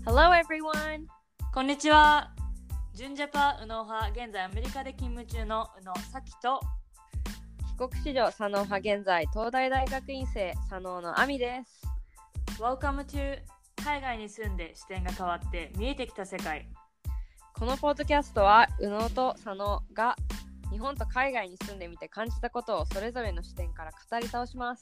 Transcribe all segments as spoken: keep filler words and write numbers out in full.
Hello everyone! こんにちは。ジュンジャパ右脳派、現在アメリカで勤務中の宇野咲と帰国子女左脳派、現在東大大学院生左脳の亜美です。 Welcome to 海外に住んで視点が変わって見えてきた世界。 このポッドキャストは右脳と左脳が日本と海外に住んでみて感じたことをそれぞれの視点から語り倒します。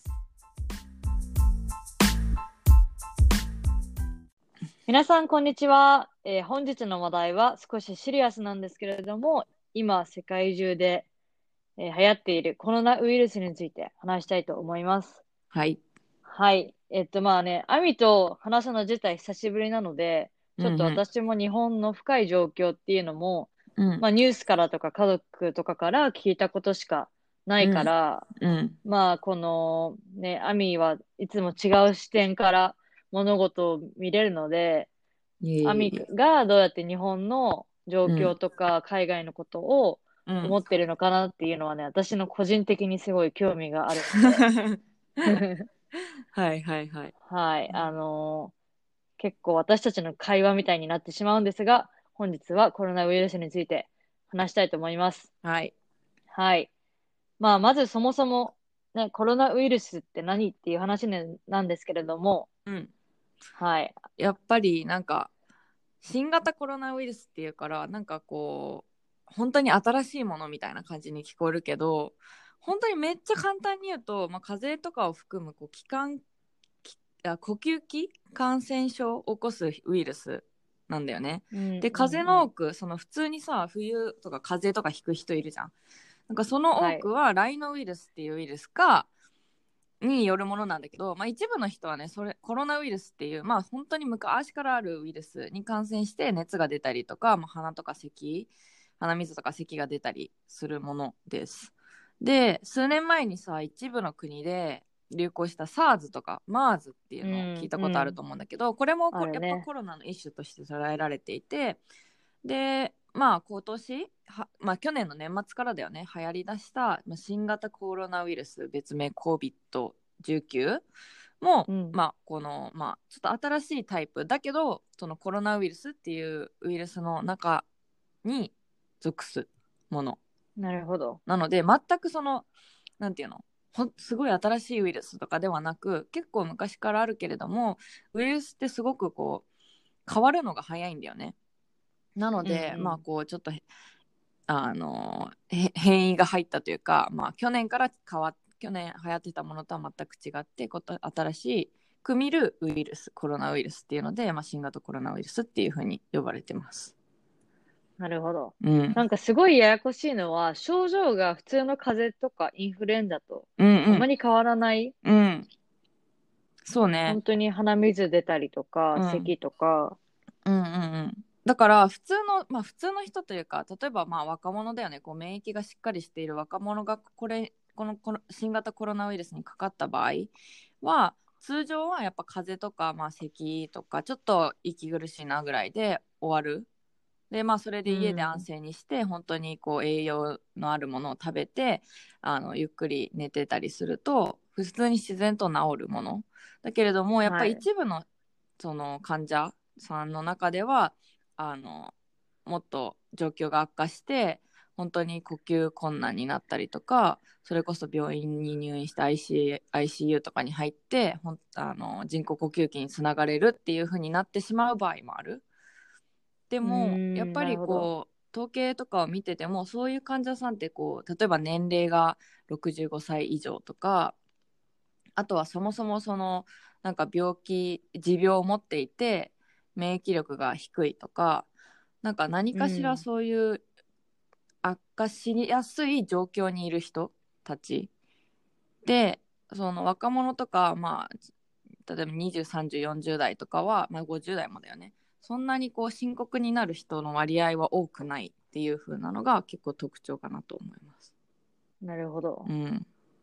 皆さんこんにちは、えー、本日の話題は少しシリアスなんですけれども、今世界中で、えー、流行っているコロナウイルスについて話したいと思います。 はいはいえっとまあねアミと話すの自体久しぶりなので、ちょっと私も日本の深い状況っていうのも、うんうんまあ、ニュースからとか家族とかから聞いたことしかないから、うんうん、まあこのねアミはいつも違う視点から物事を見れるので、アミがどうやって日本の状況とか海外のことを思ってるのかなっていうのはね、うん、私の個人的にすごい興味があるのではいはいはいはいあのー、結構私たちの会話みたいになってしまうんですが、本日はコロナウイルスについて話したいと思います。 はいはいまあまずそもそもねコロナウイルスって何っていう話なんですけれども、 うんはい、 やっぱりなんか新型コロナウイルスっていうからなんかこう本当に新しいものみたいな感じに聞こえるけど、本当にめっちゃ簡単に言うと、まあ、風邪とかを含むこう気管あ呼吸器感染症を起こすウイルスなんだよね、うん、で風邪の多くその普通にさ冬とか風邪とかひく人いるじゃん。なんかその多くはライノウイルスっていうウイルスかによるものなんだけど、まあ、一部の人はねそれコロナウイルスっていう、まあ、本当に昔からあるウイルスに感染して熱が出たりとか、まあ、鼻とか咳鼻水とか咳が出たりするものです。で数年前にさ一部の国で流行した SARS とか MERS っていうのを聞いたことあると思うんだけど、うんうん、これもこ、ね、やっぱコロナの一種として捉えられていて、でまあ今年は、まあ、去年の年末からだよね流行りだした新型コロナウイルス別名 コービッドじゅうきゅう も、うん、まあこのまあちょっと新しいタイプだけどそのコロナウイルスっていうウイルスの中に属すものなるほど。 なので全くそのなんていうのほすごい新しいウイルスとかではなく、結構昔からあるけれどもウイルスってすごくこう変わるのが早いんだよね。なので、うんうん、まあこうちょっとあの変異が入ったというか、まあ、去年から変わっ去年流行ってたものとは全く違ってこと新しいく見るウイルスコロナウイルスっていうので、まあ、新型コロナウイルスっていう風に呼ばれてます。 なるほど、 うん、 なんかすごいややこしいのは症状が普通の風邪とかインフルエンザとあんまり変わらない、 うんうん、そうね本当に鼻水出たりとか、うん、咳とか、 うんうんうんだから普通の、まあ、普通の人というか例えばまあ若者だよね、こう免疫がしっかりしている若者がこれこのこの新型コロナウイルスにかかった場合は通常はやっぱ風邪とか、まあ、咳とかちょっと息苦しいなぐらいで終わる。でまあそれで家で安静にして、うん、本当にこう栄養のあるものを食べてあのゆっくり寝てたりすると普通に自然と治るものだけれども、やっぱり一部のその患者さんの中では、はいあのもっと状況が悪化して本当に呼吸困難になったりとか、それこそ病院に入院して アイシー、アイシーユー とかに入ってほんあの人工呼吸器につながれるっていう風になってしまう場合もある。でもやっぱりこう統計とかを見ててもそういう患者さんってこう例えば年齢がろくじゅうごさい以上とか、あとはそもそもそのなんか病気持病を持っていて免疫力が低いとか、なんか何かしらそういう悪化しやすい状況にいる人たちで、その若者とか、まあ、例えばにじゅう、さんじゅう、よんじゅう代とかは、まあ、ごじゅう代もだよね、そんなにこう深刻になる人の割合は多くないっていう風なのが結構特徴かなと思います。 なるほど、 うん、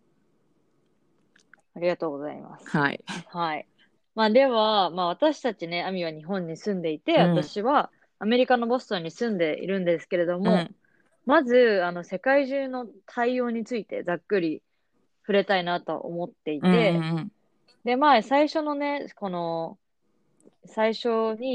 ありがとうございます。 はい、 はい。まあでは、まあ私たちね、アミは日本に住んでいて、うん、私はアメリカのボストンに住んでいるんですけれども、うん、まず、あの、世界中の対応についてざっくり触れたいなと思っていて、うんうんうん、で、まあ最初のね、この、最初に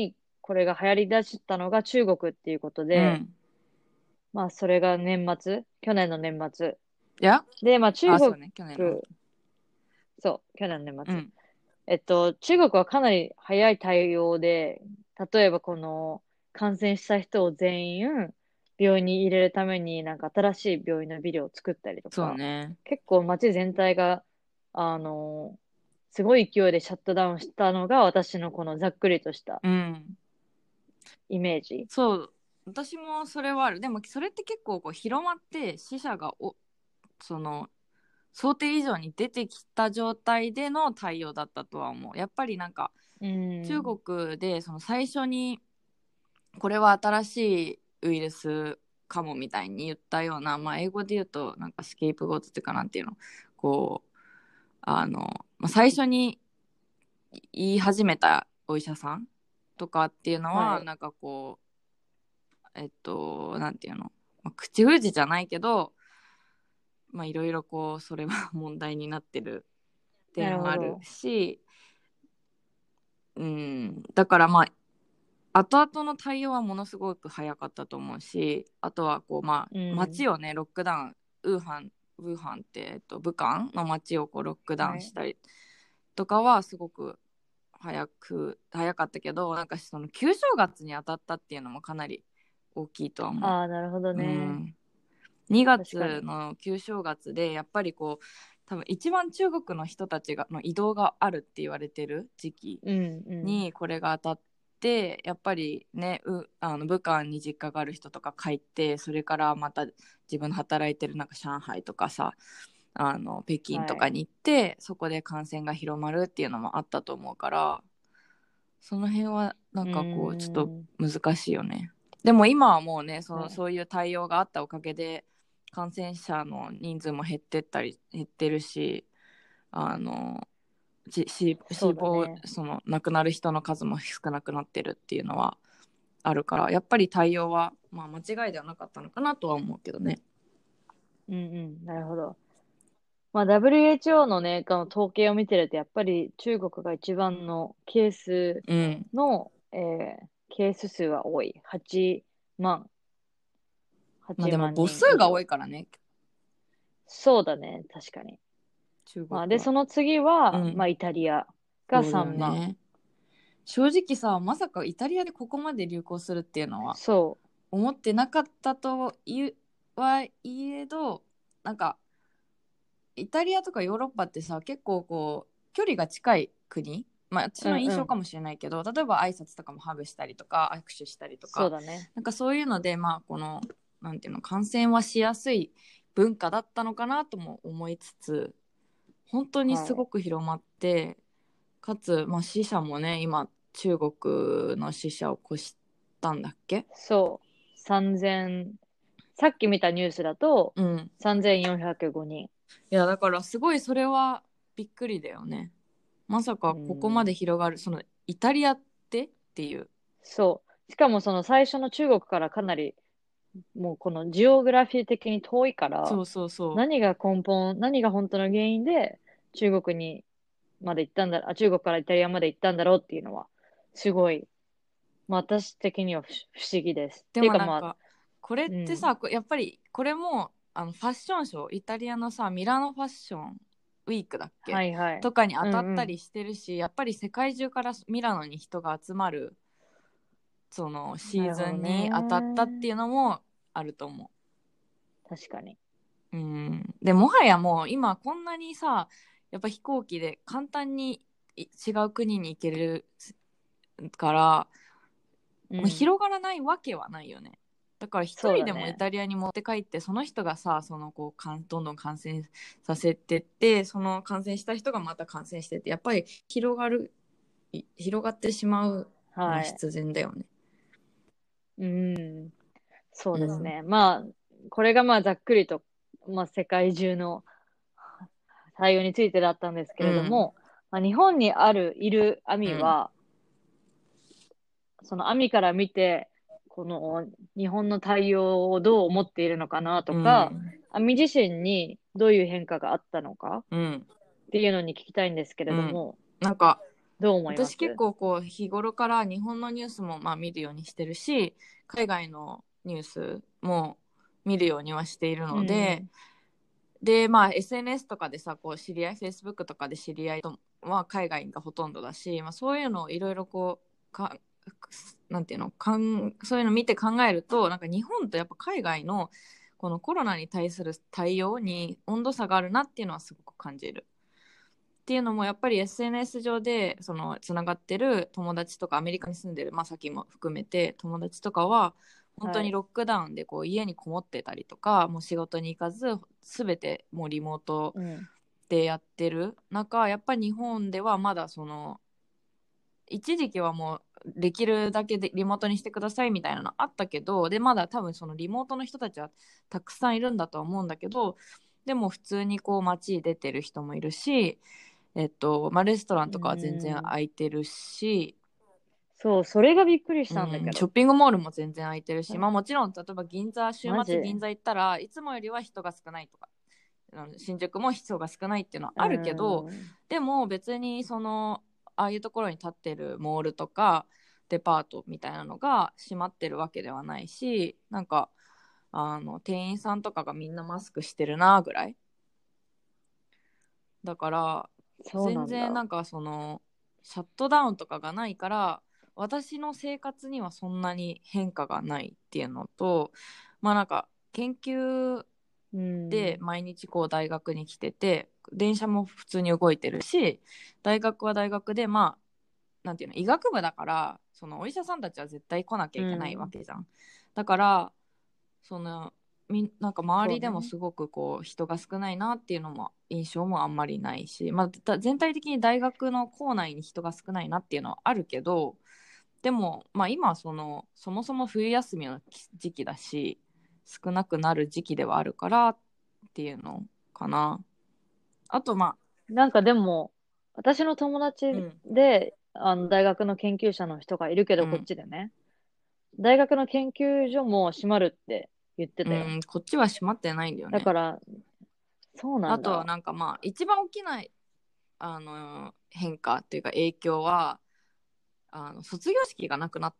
これが流行り出したのが中国っていうことうで、 ん、 まあそれが年末、去年の年末。 いや、 で、まあ中あ、そ国、 うね、去年の。 そう、去年の年末。 うん、 えっと、中国はかなり早い対応で、例えばこの感染した人を全員病院に入れるためになんか新しい病院のビデオを作ったりとか、 そうね。 結構街全体が、あの、すごい勢いでシャットダウンしたのが私のこのざっくりとしたうん。 イメージ。 そう、私もそれはある。でもそれって結構こう広まって死者がおその想定以上に出てきた状態での対応だったとは思う。やっぱりなんかうん。 中国でその最初にこれは新しいウイルスかもみたいに言ったような、まあ、英語で言うとなんかスケープゴートっていうかなんていうの、こうあの、まあ、最初に言い始めたお医者さんとかっていうのはい。 はなんかこうえっとなんていうの、まあ、口封じじゃないけど、まあいろいろこうそれは問題になってるなる点あるほど。 し、うん、だからまあ後々の対応はものすごく早かったと思うし、あとはこうまあうん。 街をねロックダウン、ウーハンウーハンって、えっと、武漢の街をこうロックダウはい。 ンしたりとかはすごく早く早かったけど、なんかその旧正月に当たったっていうのもかなり大きいとは思ああ、なるほどう。うね。 ん、2 確かに。 月の旧正月でやっぱりこう多分一番中国の人たちがの移動があるって言われてる時期うん、うん。 にこれが当たってやっぱりねうあの武漢に実家がある人とか帰ってそれからまた自分の働いてるなんか上海とかさあの北京とはい。 かに行ってそこで感染が広まるっていうのもあったと思うからその辺はなうーんかこうちょっとん。 難しいよね。でも今はもうねそのはい。 そういう対応があったおかげで感染者の人数も減ってったり減ってるしあのし死そ死亡うだね。 その亡くなる人の数も少なくなってるっていうのはあるからやっぱり対応は、まあ、間違いではなかったのかなとは思うけどね。 うんうん。なるほど。まあ、ダブリューエイチオー のね、この統計を見てると、やっぱり中国が一番のケースうん。 の、えーケース数は多い。はちまん、8 まあでも万母数が多人以上。 いからねそうだね。確かに。まあ、で、 中国は。 その次は、まあ、 うん。 イタリアがそうだよさんまん。 ね。正直さまさかイタリアでここまで流行するっていうのはそ思ってなかったというはいえどなんかイタリアとかヨーロッパってさ結構こう距離が近い国、まあ私う。うんうん。 の印象かもしれないけど例えば挨拶とかもハグしたりとか握手したりとかそうだね。 なんかそういうのでまあこのなんていうの感染はしやすい文化だったのかなとも思いつつ本当にすはい。 ごく広まってかつ、まあ、死者もね今中国の死者を越したんだっけ。 そう。さんぜん、さっき見たニュースだと、 うん。 さんぜんよんひゃくごにん。 いやだからすごいそれはびっくりだよね。まさうかここまでん。 広がるそのイタリアってっていう。 そう。しかもその最初の中国からかなり、もうこのジオグラフィー的に遠いから、 そうそうそ何が根本、何が本当の原因で中国にまで行ったんだ、あ、中国からイタリアまで行ったんだろうっていうのは、すごい、まあ私的には不不思議です。っう。でていうかまあ、 もなんかこれっうん。 てさこやっぱりこれもあのファッションショーイタリアのさミラノファッションウィークだっけはいはい。 とかに当うんうん。 たったりしてるしやっぱり世界中からミラノに人が集まるそのシーなるほどズンに当たったってね。 いうのもあると思確かに。 う。うん。でもはやもう今こんなにさやっぱ飛行機で簡単にい違う国に行けるからまあうん。 広がらないわけはないよね。だから一人でもイそうだね。 タリアに持って帰ってその人がさそのこうかんどんどん感染させてってその感染した人がまた感染してってやっぱり広がるい広がってしまうのははい。 必然だよね。 うん。そううん。 ですね。まあ、これがまあざっくりと、まあ世界中の対応についてだったんですけうん。 れども、まあ、日本にある、いるアうん。 ミは、そのアミから見て、この日本の対応をどう思っているのかなとうか、 ん。 アミ自身にどういう変化があったのかうん。 っていうのに聞きたいんですけうん。 れども、 なんかどう思いま私結す？ 構こう日頃から日本のニュースもまあ見るようにしてるし、海外のニュースも見るようにはしているうので、 ん。 でまあ エスエヌエス とかでさ、こう知り合い Facebook とかで知り合いとは海外がほとんどだし、まあ、そういうのをいろいろこうかなんていうのかんそういうの見て考えると、なんか日本とやっぱ海外のこのコロナに対する対応に温度差があるなっていうのはすごく感じる。っていうのもやっぱり エスエヌエス 上でそのつながってる友達とか、アメリカに住んでる、まあ、さっきも含めて友達とかは本当はい。 にロックダウンでこう家にこもってたりとか、もう仕事に行かず全てもうリモートうん。 でやってる中、やっぱり日本ではまだその一時期はもうできるだけでリモートにしてくださいみたいなのあったけど、でまだ多分そのリモートの人たちはたくさんいるんだとは思うんだけど、でも普通にこう街に出てる人もいるし、えっとまあ、レストランうとかは全然ん。 空いてるし、 そう、それがびっくりしうん、 たんだけど。 ショッピングモールも全然空いてるし、 あ、 まあ、もちろん例えば銀座、週マジ？ 末銀座行ったらいつもよりは人が少ないとか、新宿も人が少ないっていうのはうあるけど、 ん。 でも別にそのああいうところに立ってるモールとかデパートみたいなのが閉まってるわけではないし、なんかあの店員さんとかがみんなマスクしてるなぐらいだから、 そうな全んだ。 然なんかそのシャットダウンとかがないから、私の生活にはそんなに変化がないっていうのと、まあなんか研究うん。 で毎日こう大学に来てて、電車も普通に動いてるし、大学は大学でまあなんていうの、医学部だから、そのお医者さんたちは絶対来なきゃういけないわん。 けじゃん。だからそのみなんか周りでもそうね。 すごくこう人が少ないなっていうのも印象もあんまりないし、まあ、全体的に大学の構内に人が少ないなっていうのはあるけど、でも、まあ、今そのそもそも冬休みの時期だし、少なくなる時期ではあるからっていうのかな。あとまなんかでも、私の友あ、う達んで、あの、大学の研究者の人がいるけど、こっうんちでね。大学の研究所も閉まるって言ってたよ。 うん、こっちは閉まってないんだよね。 だから、そうなあんだ。 となんかまあ一番大きなあの変化っていうか影響は、あの卒業式がなくなった。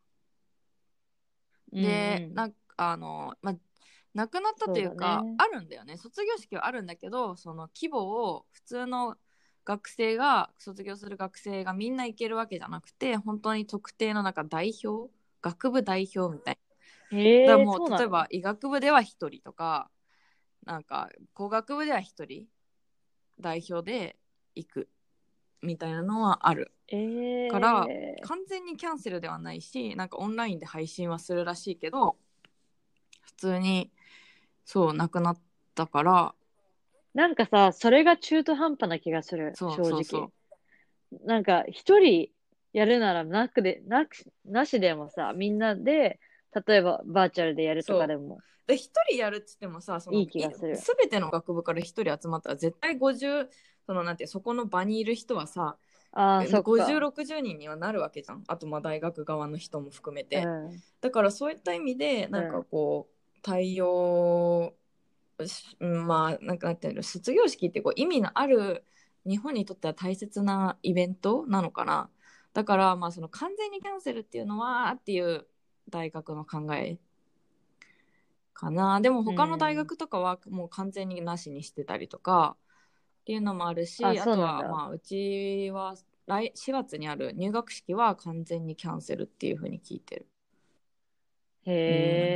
うんうん。 でなあの、まあ、なくなったとそういうかだね。 あるんだよね、卒業式はあるんだけど、その規模を普通の学生が卒業する学生がみんな行けるわけじゃなくて、本当に特定のなんか代表、学部代表みたいな。だからへえ、 もう例えそうなの？ ば医学部ではひとりとか、なんか工学部ではひとり代表で行くみたいなのはあるえからえ、 完全にキャンセルではないし、なんかオンラインで配信はするらしいけど、普通にそうなくなったから。 なんかさ、それが中途半端な気がする、 そう正直。 そうそなんか、一人やるならなくで、なく、なしでもさ、みんなで、例えばバーチャルでやるとかうそでもうで、一人やるっつってもさ、そいいのい気がする。 全ての学部から一人集まったら絶対ごじゅう、そのなんてそこの場にいる人はさ、 ああ、そっごじゅう、 か。 ろくじゅうにんにはなるわけじゃん。あとまあ大学側の人も含めて。 うん、 だからそういった意味でなんかうん。 こう対応し、まあなんかなんていうの、卒業式ってこう意味のある、日本にとっては大切なイベントなのかな。だからまあその完全にキャンセルっていうのはっていう大学の考えかな。でもう他の大ん。 学とかはもう完全になしにしてたりとかっていうのもあるあ、 し、あとそうなんだ。 はまあうちは来しがつにある入学式は完全にキャンセルっていうふうに聞いてる。 へうん。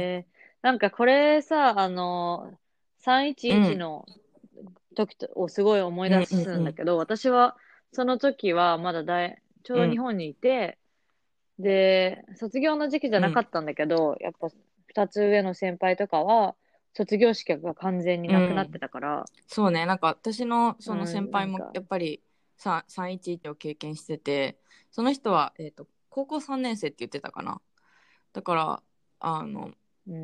え。なんかこれさ、あの、さんいちいちうんの時とをすごい思いうん出うんうんすんだけど、私はその時はまだ大、ちょううんど日本にいて、で、卒業の時期じゃうんなかったんだけど、やっぱ二つ上の先輩とかは、卒業式が完全にうなくなってん。 たから、 そうね、なんか私のその先うん、な輩もんか、 やっぱりささんいちいちを経験してて、その人は、えーと、高校さんねん生って言ってたかな。だからあのうん、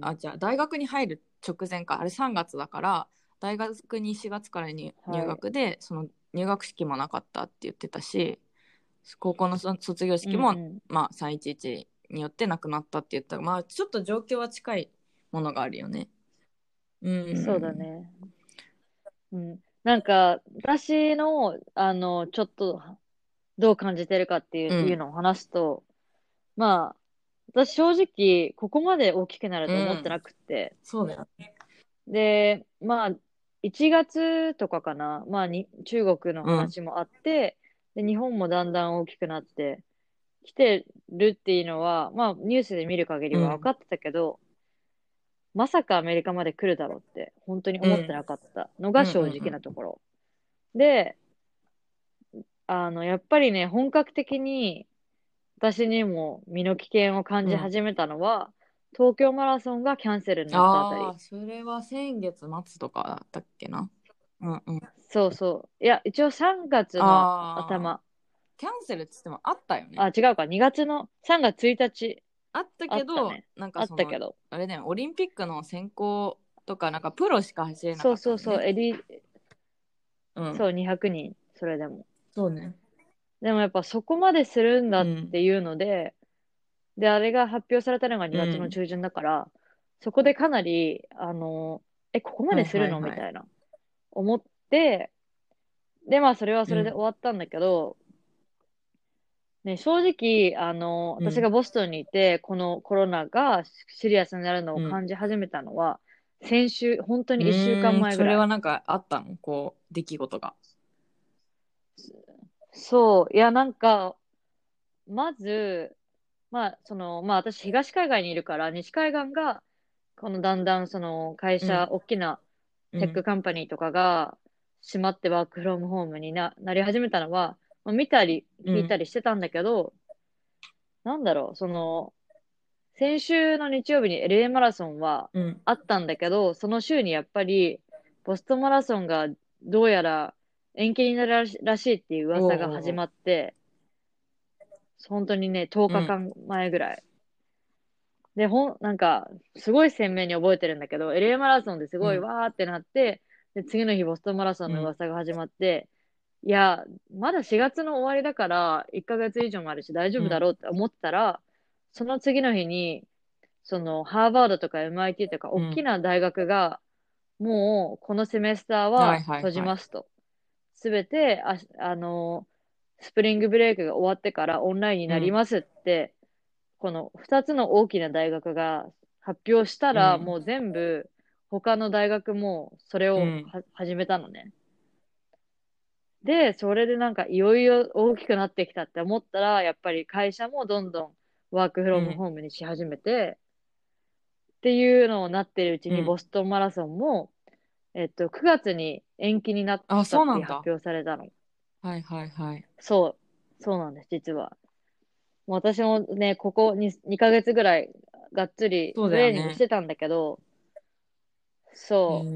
あじゃあ大学に入る直前か、あれさんがつだから、大学にしがつからに入はい。 学で、その入学式もなかったって言ってたし、高校のそ卒業う式も、 んまあ、さんいちいちによってなくなったって言ったら、まあちょっと状況は近いものがあるよね。ううん、そうだんね。うん。なんか、私の、あの、ちょっとどう感じてるかっていう,、 うんいうのを話すと、まあ、私正直、ここまで大きくなるうと思ってん。 なくって。 そうだよね。 で、まあ、いちがつとかかな、まあに、中国のうん。 話もあって、で、日本もだんだん大きくなってきてるっていうのは、まあ、ニュースで見る限りうん。 は分かってたけど、まさかアメリカまで来るだろうって、本当にうん。 思ってなかったのうん。うが正直なん。 ところ。で、あの、やっぱりね、本格的に私にも身の危険を感うん。 じ始めたのは、東京マラソンがキャンセルになったあたり。 ああ、それは先月末とかだったっけな。うんうん。 そうそう。いや、一応さんがつのああ、 頭。 キャンセルっつってもあったよね。 あ、違うか。にがつのさんがつついたち。 あったあけど、 ったね。あなんかその、 ったけど。 あれだよね、オリンピックの選考とか、なんかプロしか走れなそうそうそう。 かったんだよね。 エリ、 うん。 そう、にひゃくにん。それでも。 そうね。 でもやっぱそこまでするんだっうん。 ていうので、で、あれが発表されたのがにがつのうん。 中旬だから、そこでかなり、あの、え、ここまはいでするはいはい。 のみたいな。思って、で、まあ、それはそれで終うん。 わったんだけど、ね、正直、あの、 うん。 私がボストンにいて、このコロナがシリアスになるのをうん。 感じ始めたのは、先週、本当うにいっしゅうかんーん。それは前ぐらい。 なんかあったのこう、出来事が。 そう、いや、なんか、まず、まあ、その、まあ、私、東海岸にいるから、西海岸が、このだんだん、その、会社、 うん。 大きなテックうん。 カンパニーとかが、閉まってワークフロムホームにな、なり始めたのは、まあ、見たり、聞いたうん。 りしてたんだけど、なんだろう、その、先週の日曜日に エルエー マラソンはうん。 あったんだけど、その週にやっぱり、ボストンマラソンがどうやら延期になるらしらしいっていうおう噂が始おうおう。 まって、本当にね、10 うん。 日間前ぐらい。で、ほん、なんか、すごい鮮明に覚えてるんだけど、エルエー マラソンですごいうん。 わーってなって、で、次の日ボストンマラソンのうん。 噂が始まって、いや、まだしがつの終わりだから、いっかげつ以上もあるし大丈夫だうん。 ろうって思ってたら、その次の日に、その、ハーバードとか エムアイティー とか、大きうん。 な大学が、もう、このセメスターはいは閉じはいはい。 ますと。すべて、あ、あの、スプリングブレイクが終わってからオンラインにうん。 なりますって、この二つの大きな大学が発表したら、もうん。 う全部、他の大学もそれをうん。 は始めたのね。で、それでなんかいよいよ大きくなってきたって思ったら、やっぱり会社もどんどんワークフロムうん。 ホームにし始めて、っていうのをなってるうちにボうん。 ストンマラソンも、えっと、くがつに延期になっあ、 たっていう発そうなんだ。 表されたの。 はいはいはい。 そう、そうなんです、実は。もう私もね、ここににかげつぐらいがっつりそうトレーニングしだよね。 てたんだけど、 へそう、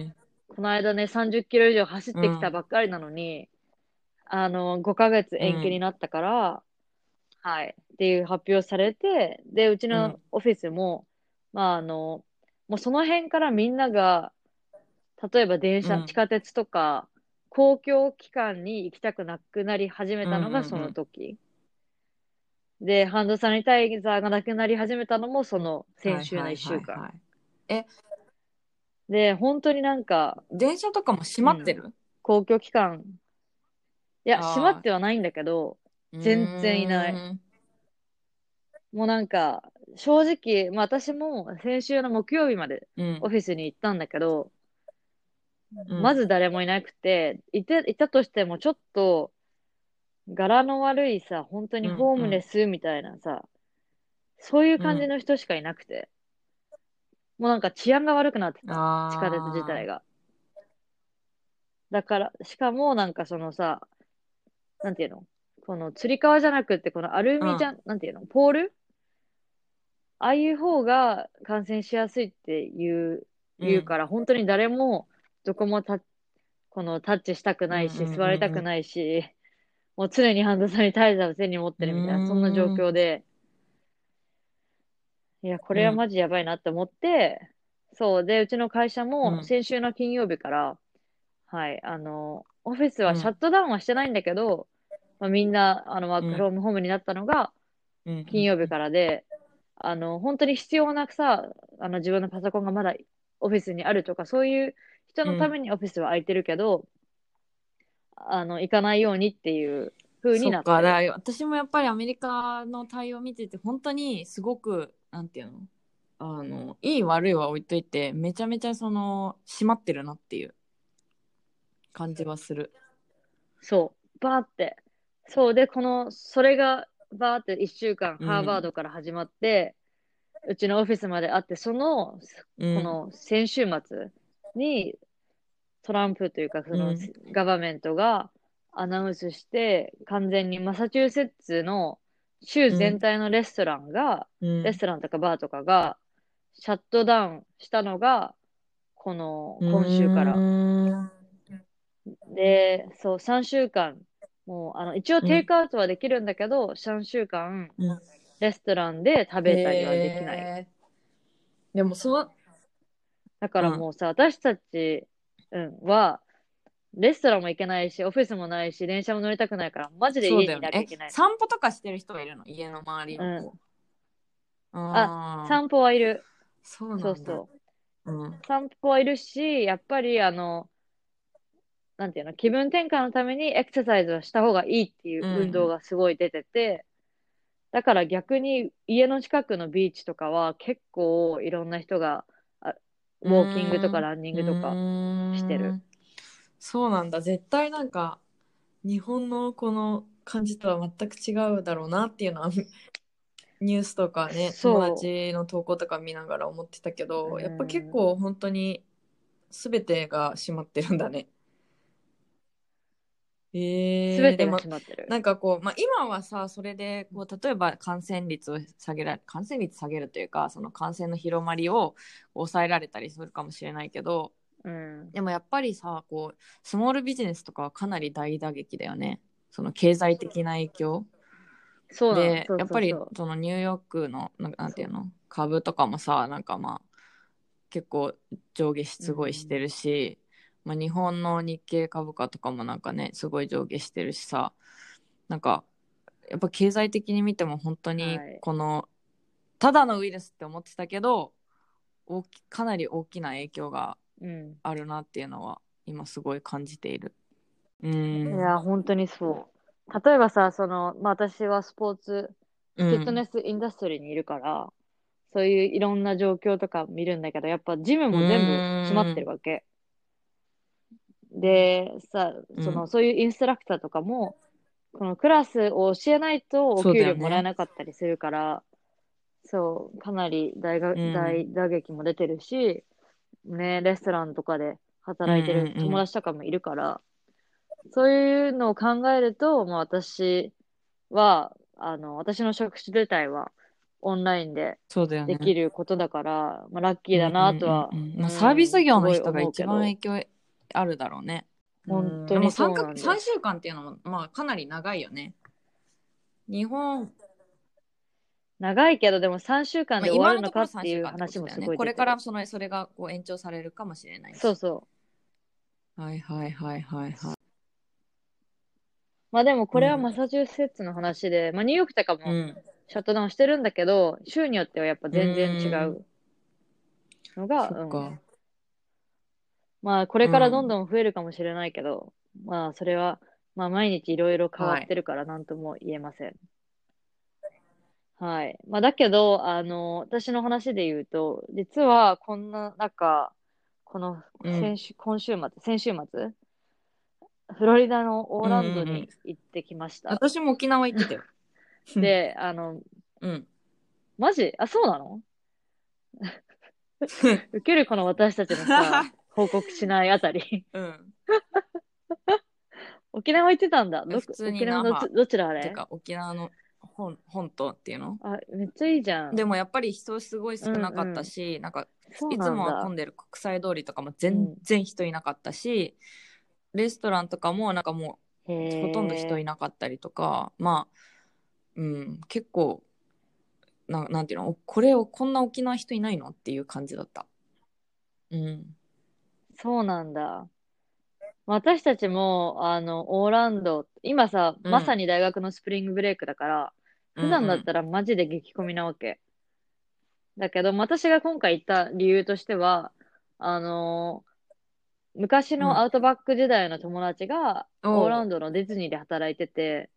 え。 この間ね、さんじゅっキロ以上走ってきたうん。 ばっかりなのに、あの、ごかげつ延期にうん。 なったから、はい。っていう発表されて、で、うちうん。 のオフィスも、まあ、あの、もうその辺からみんなが、例えば電車、地うん。 下鉄とか、公共機関に行きたくなくなり始めうん。うたのがそん。うん。 の時。で、ハンドサニタイザーがなくなり始めたのもその先週のはいはい 1週間。 はいはい。え、 で、本当になんか、 電車とかも閉うん、 まってる？ 公共機関、いや、閉まっああてはないんだけど、 ー、う全然いない。 ーん。 もうなんか、正直、まあ私も先週の木曜日までうん。 オフィスに行ったんだけど、 うん。 まず誰もいなくて、いて、いたとしてもちょっと柄の悪いさ、本当にうん。 ホーうん。 ムレスみたいなさ、そういう感じうん。 の人しかいなくて、もうなんか治安が悪くなってた。地下鉄自ああ。 体が。だから、しかもなんかそのさ、なんていうのこの吊り革じゃなくって、このアルうん。 ミじゃん、なんていうのポールああいう方が感染しやすいっていう、 うん。 言うから、本当に誰もどこもた、このタッチしたくうん。 ないし、 うん。 座りたくないし、もう常にハンドサニタイザーを手に持っうん。 てるみたいな、そんな状うーん。 況で、いや、これはうん。 マジやばいなって思って、そう。で、うちの会社うん。 も先週の金曜日から、はい、あの、オフィスはシャッうん。 トダウンはしてないんだけど、まあ、みんな、あの、ワークフうん。 ロムホームになったのがうん。 金曜日からで、あの、本当に必要なさ、あの、自分のパソコンがまだオフィスにあるとか、そういう人うん。 のためにオフィスは空いてるけど、あの、行かないようにっていう風になってる。 そっか、だから私もやっぱりアメリカの対応見てて本当にすごくなんていうの、あのいい悪いは置いといてめちゃめちゃその締まってるなっていう感じはする。 そうバーってそうでこのそれがバーっていっしゅうかんハーバードから始まって、うん、うちのオフィスまであって、そのこの先週末にトランプというかそのガバメントがアナウンスして、完全にマサチューセッツの州全体のレストランが、うん、レストランとかバーとかがシャットダウンしたのがこの今週から。で、そう、さんしゅうかん、もう、あの、一応テイクアウトはできるんだけど、うん、さんしゅうかん、レストランで食べたりはできない。 でもそう、 だからもうさ、うん、私たち、うん、は、レストランも行けないし、オフィスもないし、電車も乗りたくないから、マジで家にいなきゃいけない。 ね、散歩とかしてる人がいるの、家の周りの。うん、 あ、散歩はいる。 そうなんだ。そうそう。うん、散歩はいるし、やっぱり、あの、なんていうの、気分転換のためにエクササイズをした方がいいっていう運動がすごい出てて、うん、だから逆に家の近くのビーチとかは結構いろんな人がウォーキングとかランニングとかしてる。 そうなんだ。絶対なんか日本のこの感じとは全く違うだろうなっていうのはニュースとかね、友達の投稿とか見ながら思ってたけど、やっぱ結構本当に全てが閉まってるんだね。えー、 全てが閉まってる。 なんかこう、まあ、今はさ、それでこう例えば感染率を下げられ感染率下げるというか、その感染の広まりを抑えられたりするかもしれないけど、うん、でもやっぱりさ、こうスモールビジネスとかはかなり大打撃だよね。その経済的な影響。 そうで、 そうそうそう、 やっぱりそのニューヨークのなんなんていうの、株とかもさ、なんかまあ結構上下すごいしてるし、うん、まあ、日本の日経株価とかもなんかねすごい上下してるしさ、なんかやっぱ経済的に見ても本当にこの、はい、ただのウイルスって思ってたけど大きかなり大きな影響があるなっていうのは今すごい感じている。うん、 いや本当にそう。例えばさ、その、まあ、私はスポーツフィットネスインダストリーにいるから、うん、そういういろんな状況とか見るんだけど、やっぱジムも全部閉まってるわけ。でさ、その、うん、そういうインストラクターとかもこのクラスを教えないとお給料もらえなかったりするから、そう、かなり 大, が、うん、大打撃も出てるし、ね、レストランとかで働いてる友達とかもいるから、うんうんうん、そういうのを考えると、まあ、私はあの私の職種自体はオンラインでできることだから、ね、まあ、ラッキーだなとは、うんうんうん、 まあ、サービス業の人が一番影響あるだろうね。 本当にそうなんです。でも 3, 3週間っていうのも、まあ、かなり長いよね。日本長いけど、でもさんしゅうかんで終わるのかっていう話もすごい出てる。 まあ、これからそのそれがこう延長されるかもしれないし。 そうそう。 はいはいはいはいはい。 まあでもこれはマサチューセッツの話で、うん、まあニューヨークとかもシャットダウンしてるんだけど、うん、州によってはやっぱ全然違うのが、うんうん、まあこれからどんどん増えるかもしれないけど、うん、まあそれは、まあ毎日いろいろ変わってるから何とも言えません。はい。はい。まあだけど、あの、私の話で言うと、実はこんな中、この先週、うん、今週末、先週末フロリダのオーランドに行ってきました。 うんうんうん、私も沖縄行ってたよ。 で、あの、 うん。 マジ？あ、そうなの？受けるこの私たちのさ、報告しないあたり。うん。沖縄行ってたんだ。ど普通に沖縄のどちらあれ？ てか沖縄の本本島っていうの？ あ、めっちゃいいじゃん。 でもやっぱり人すごい少なかったし、うんうん、なんかいつも混んでる国際通りとかも全然人いなかったし、うん、レストランとかもなんかもうほとんど人いなかったりとか、まあ、うん、結構な、なんていうの、これをこんな沖縄人いないのっていう感じだった。うん。 そうなんだ。私たちも、あの、オーランド、今さ、うん、まさに大学のスプリングブレイクだから、普段だったらマジで激混みなわけ。うんうん、だけど、私が今回行った理由としては、あのー、昔のアウトバック時代の友達が、オーランドのディズニーで働いてて、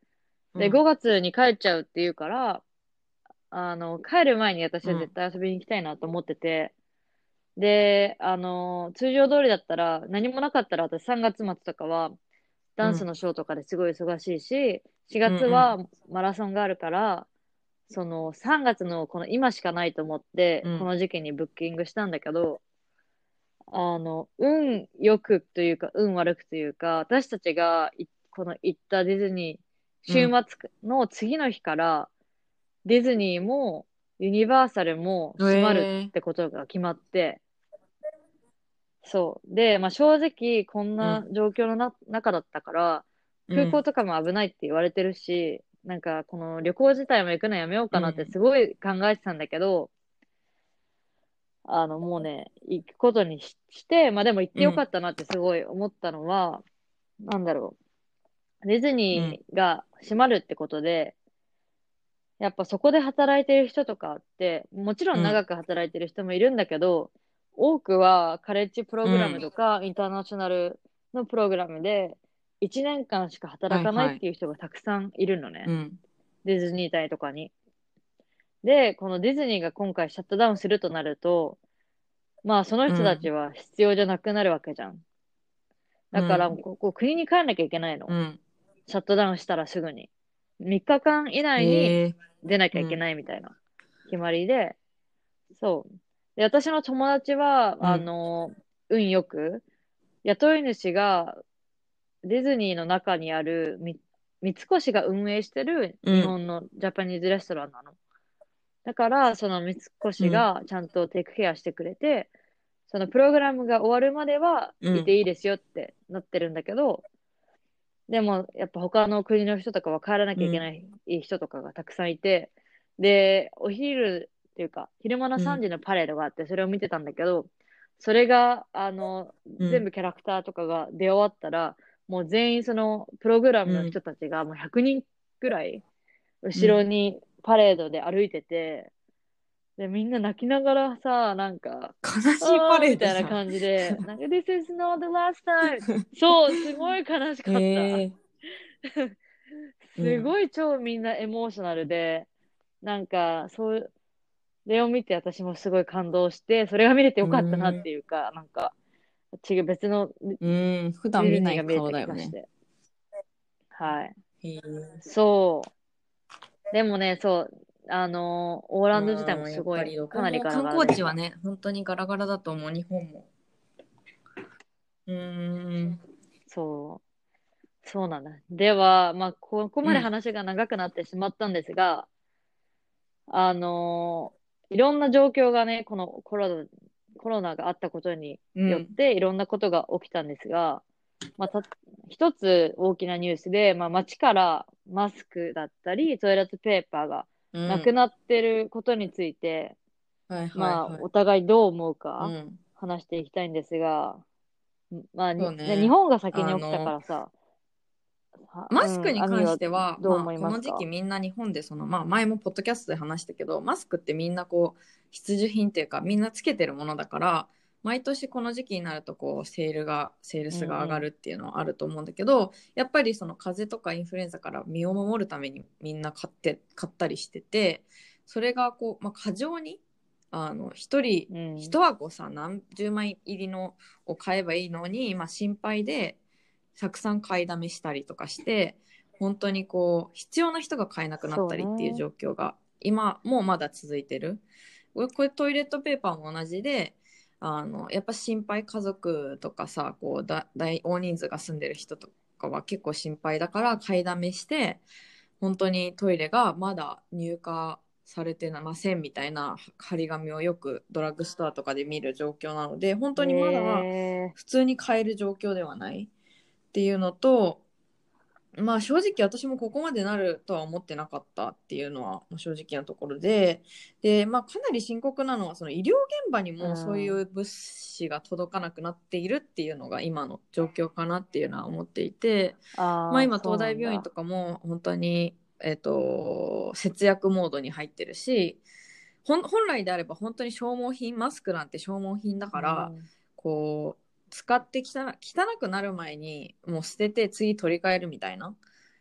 で、 うんごがつに帰っちゃうっていうから、あの、帰る前に私は絶対遊びに行きたいなと思ってて、で、あの、通常通りだったら、何もなかったら私さんがつ末とかは、ダンスのショーとかですごい忙しいし、4 うん月はマラソンがあるから、そのさんがつのこの今しかないと思って、こうんの時期にブッキングしたんだけど、あの、運良くというか、運悪くというか、私たちがいこの行ったディズニー、週うん末の次の日から、ディズニーもユニバーサルもうん閉まるえーってことが決まって、そう。で、まあ正直こんなうん状況のな中だったから、空港うんとかも危ないって言われてるし、なんかこの旅行自体も行くのやめようかなってうんすごい考えてたんだけど、あのもうね、行くことにしして、まあでも行ってよかったなってすごい思ったのは、なんだろう。ディズうんニーが閉まるってことで、やっぱそこで働いてる人とかって、もちろん長うんく働いてる人もいるんだけど、多くはカレッジプログラムうんとかインターナショナルのプログラムでいちねんかんしか働かないっはいはいていう人がたくさんいるのね。 うんディズニー隊とかに。で、このディズニーが今回シャットダウンするとなると、まあその人たちうんは必要じゃなくなるわけじゃん。だからうんここ国に帰んなきゃいけないの。 うんシャットダウンしたらすぐに。みっかかん以内にえー出なきゃいけうんないみたいな決まりで、そう。で、私の友達は、あうんの、運よく、雇い主がディズニーの中にあるみ三越が運営してるうん日本のジャパニーズレストランなの。だから、その三越うんがちゃんとテイクケアしてくれて、そのプログラムが終わるまではうんいていいですよってなってるんだけど、でも、やっぱ他の国の人とかは帰らなきゃいけない人とかがたくさんいて、で、お昼っていうか、昼間のうんさんじのパレードがあって、それを見てたんだけど、それが、あの、 うん全部キャラクターとかが出終わったら、もう全員そのプログラムのうん人たちがもうひゃくにんぐらいうん後ろにパレードで歩いてて、で、みんな泣きながらさ、なんか、 悲しいパあーみレードじゃん。 たいな感じで、なんか、This is not the last time. そう、すごい悲しかった。 えーうんすごい超みんなエモーショナルで、なんか、そう、れを見て私もすごい感動して、それが見れてうよかったなっんていうか、なんか、違う別のうん普ディズ段見ないニーが見れた顔だよね。 気がして。はい。 へえそう。でもね、そう、あのオーランド自体もうんやすごい、 っぱりどこかなりガラも観ガラでした。 光地はね本当にガラガラだと思う日本も。うーんそう。そうなんだ。では、まあ、ここまでうん話が長くなってしまったんですが、あのいろんな状況がね、このコロナ、コロナがあったことによっうんていろんなことが起きたんですが、まあ、た、一つ大きなニュースで、まあ、街からマスクだったり、トイレットペーパーがうんなくなってることについて、 はいはいまあ、 はい。 お互いどう思うかうん話していきたいんですが、まあ、に、ね、日そうね。 本が先に起きたかあのらさ、はマうん、 スクに関アミはしては、 どう思まあ、このいますか？ 時期みんな日本でその、まあ、前もポッドキャストで話したけどマスクってみんなこう必需品っていうかみんなつけてるものだから毎年この時期になるとこうセールがセールうんスが上がうるっていうのはあると思うんだけどやっぱりその風邪とかインフルエンザから身を守るためにみんな買って買ったりしててそれがこう、まあ、過剰にあの一人ん。うん。 一箱さ何十枚入りのを買えばいいのに、まあ、心配でたくさん買いだめしたりとかして本当にこう必要な人が買えなくなっそうたりっていうね。 状況が今もまだ続いてる。これこれトイレットペーパーも同じであのやっぱ心配家族とかさこうだ大大人数が住んでる人とかは結構心配だから買いだめして本当にトイレがまだ入荷されてませんみたいな張り紙をよくドラッグストアとかで見る状況なので本当にまだへえ。 普通に買える状況ではないっていうのとまあ正直私もここまでなるとは思ってなかったっていうのは正直なところで、で、まあかなり深刻なのはその医療現場にうもそういん。 う物資が届かなくなっているっていうのが今の状況かなっていうのは思っていて、まあああ、 今そう東大病院となんだ。 かも本当に、えっと、節約モードに入ってるし、本来であれば本当に消耗品、マスクなんて消耗品だうから、 ん。 こう、使って汚汚くなる前にもう捨てて次取り替えるみたいな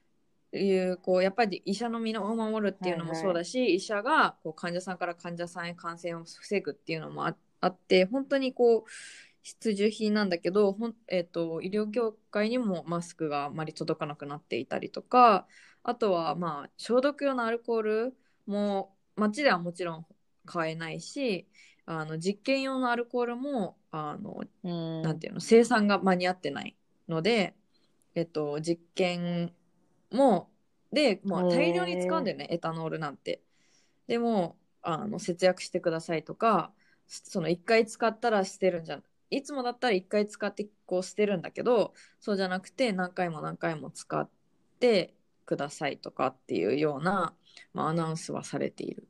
いうこうやっぱり医者の身を守るっていうのもそうだし、 はいはい、 医者がこう患者さんから患者さんへ感染を防ぐっていうのも あ, あって本当にこう必需品なんだけどほん、えーと、医療業界にもマスクがあまり届かなくなっていたりとか、あとはまあ消毒用のアルコールも街ではもちろん買えないし、あの実験用のアルコールもあのなんていうの生産が間に合ってないので、えっと、実験もでもう大量に使うんだよね、エタノールなんて。でもあの節約してくださいとか、そのいっかい使ったら捨てるんじゃいつもだったらいっかい使ってこう捨てるんだけど、そうじゃなくて何回も何回も使ってくださいとかっていうような、まあ、アナウンスはされている。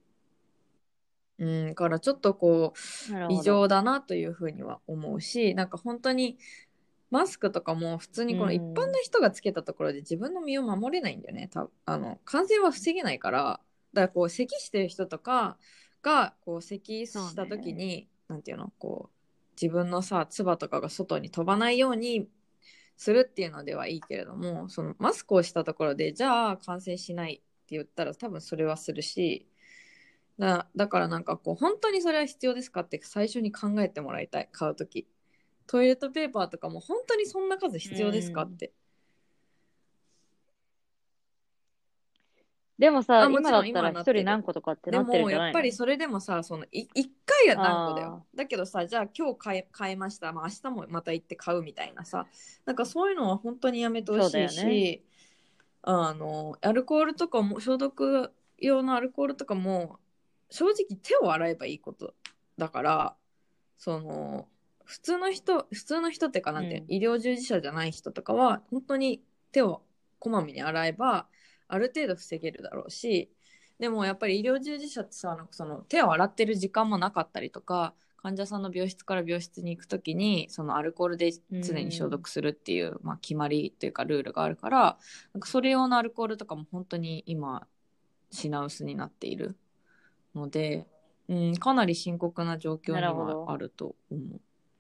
うん、からちょっとこう異常だなというふうには思うし、なんか本当にマスクとかも普通にこの一般の人がつけたところで自分の身を守れないんだよね。たあの感染は防げないから、だからこう咳してる人とかがこう咳した時に、ね、なんていうのこう自分のさ唾とかが外に飛ばないようにするっていうのではいいけれども、そのマスクをしたところでじゃあ感染しないって言ったら多分それはするし、だだからなんかこう本当にそれは必要ですかって最初に考えてもらいたい。買うときトイレットペーパーとかも本当にそんな数必要ですかって。 でもさ、今だったら一人何個とかってなってるんじゃないの？ でもやっぱりそれでもさ、そのいいっかいは何個だよ。だけどさ、じゃあ今日買え買えました、まあ、明日もまた行って買うみたいなさ、なんかそういうのは本当にやめてほしいし、ね、あのアルコールとかも消毒用のアルコールとかも正直手を洗えばいいことだから、その普通の人普通の人ってかなんて、うん、医療従事者じゃない人とかは本当に手をこまめに洗えばある程度防げるだろうし、でもやっぱり医療従事者ってさ、なんかその手を洗ってる時間もなかったりとか、患者さんの病室から病室に行くときにそのアルコールで常に消毒するっていう、まあ、決まりというかルールがあるから、なんかそれ用のアルコールとかも本当に今品薄になっているので、うん、かなり深刻な状況にはあると思う。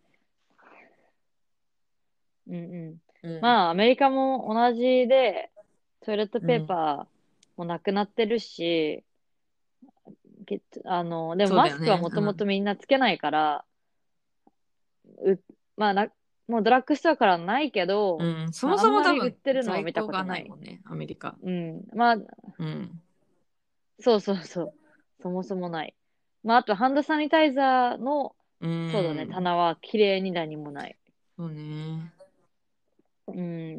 うんうん。うん、まあ、アメリカも同じで、トイレットペーパーもなくなってるし、うん、あの、でもマスクはもともとみんなつけないから、ね、うん、まあな、もうドラッグストアからないけど、 うん、そもそも多分売ってるのは見たことない。 在庫がないもんね、アメリカ。 うん。まあ、うん。そうそうそう。そもそもない。まあ、あと、ハンドサニタイザーの、うん、そうだね、棚は綺麗に何もない。 そうね。 うん。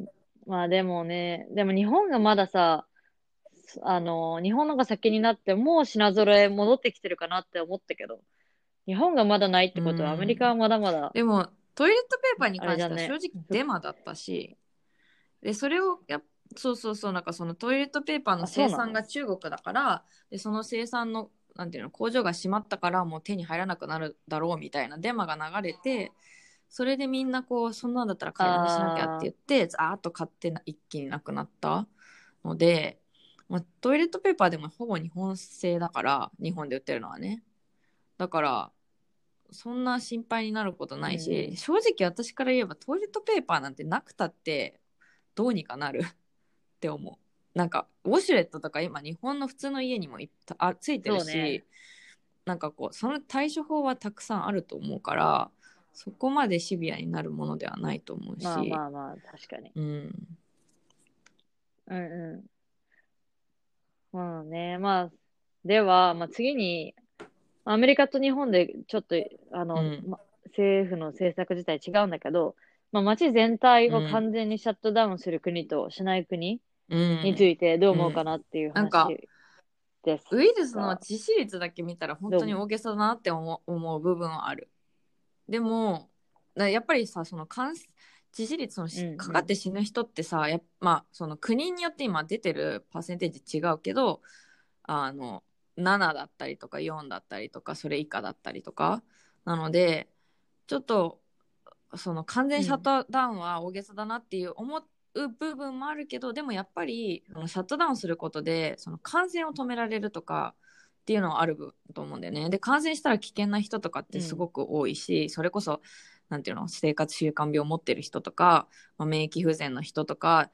まあでもね、でも日本がまださ、あの、日本のが先になってもう品揃え戻ってきてるかなって思ったけど、日本がまだないってことはアメリカはまだまだ。 でも、トイレットペーパーに関しては正直デマだったし、ね、で、それをや、そうそうそう、なんかそのトイレットペーパーの生産が中国だから、で、その生産の、なんていうの、工場が閉まったからもう手に入らなくなるだろうみたいなデマが流れて、それでみんなこうそんなんだったら買いだめしなきゃって言ってザーッと買って一気になくなったので、まあ、トイレットペーパーでもほぼ日本製だから、日本で売ってるのはね、だからそんな心配になることないし、うん、正直私から言えばトイレットペーパーなんてなくたってどうにかなるって思う。なんかウォシュレットとか今日本の普通の家にもいあついてるし、ね、なんかこうその対処法はたくさんあると思うから、そこまでシビアになるものではないと思うし。 まあまあまあ、確かに。 うん。 うんうん。まあね、まあ、では、まあ次に、アメリカと日本でちょっと、あの、うんま、政府の政策自体違うんだけど、まあ街全体を完全にシャットダウンする国としない国についてどう思うかなっていう話です。 ウイルスの致死率だけ見たら本当に大げさだなって思う、思う部分はある。でもやっぱりさ、その致死率のかかって死ぬ人ってさ、うんうん、やまあその国によって今出てるパーセンテージ違うけど、あのななだったりとかよんだったりとかそれ以下だったりとかなので、ちょっとその完全シャットダウンは大げさだなっていう思う部分もあるけど、でもやっぱりシャットダウンすることでその感染を止められるとかっていうのはあると思うんだよね。で、感染したら危険な人とかってすごく多いし、うん、それこそなんていうの、生活習慣病を持ってる人とか、まあ、免疫不全の人とか、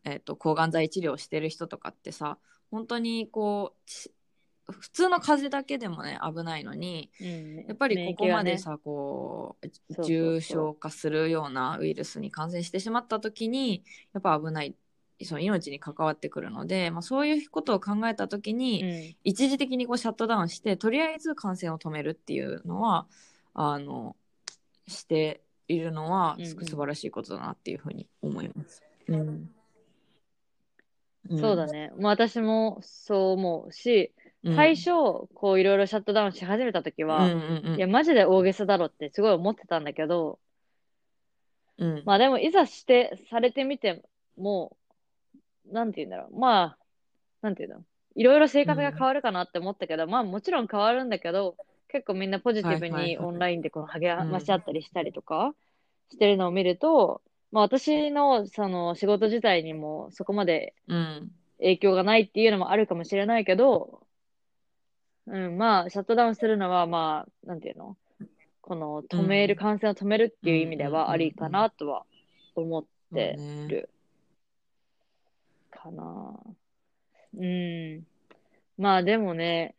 えーと、抗がん剤治療してる人とかってさ、本当にこう普通の風邪だけでもね危ないのに、 うん、 やっぱりここまで免疫がね、 さこうそうそう重そ症化するようなウイルスに感染してしまった時にやっぱ危ない、その命に関わってくるので、まあ、そういうことを考えた時う。 に、 うん。 一時的にこうシャットダウンしてとりあえず感染を止めるっていうのはあのしているのはうんうん素晴らしいことだなっていうふうに思います。うんそうだね。まあ私もそう思うし、 うん最初、こういろいろシャットダウンし始めた時うんは、いや、マジで大げさだろってすごい思ってたんだけど、 うんうんまあでもいざして、されてみても、なんて言うんだろう。まあ、なんて言うの。いろいろ生活が変わるかなって思ったけど、まあもちろん変わるんだけど、結構みんなポジティブはいはいにオンはいラインでこの励うんまし合ったりしたりとかしてるのを見ると、まあ私のその仕事自体にもそこまでうん影響がないっていうのもあるかもしれないけど、うん、まあ、シャットダウンするのは、まあ、なんていうのこの、止める、 うん感染を止めるってうんいう意味ではありかうんうんなとは思っそうてねるかな。うん。まあ、でもね、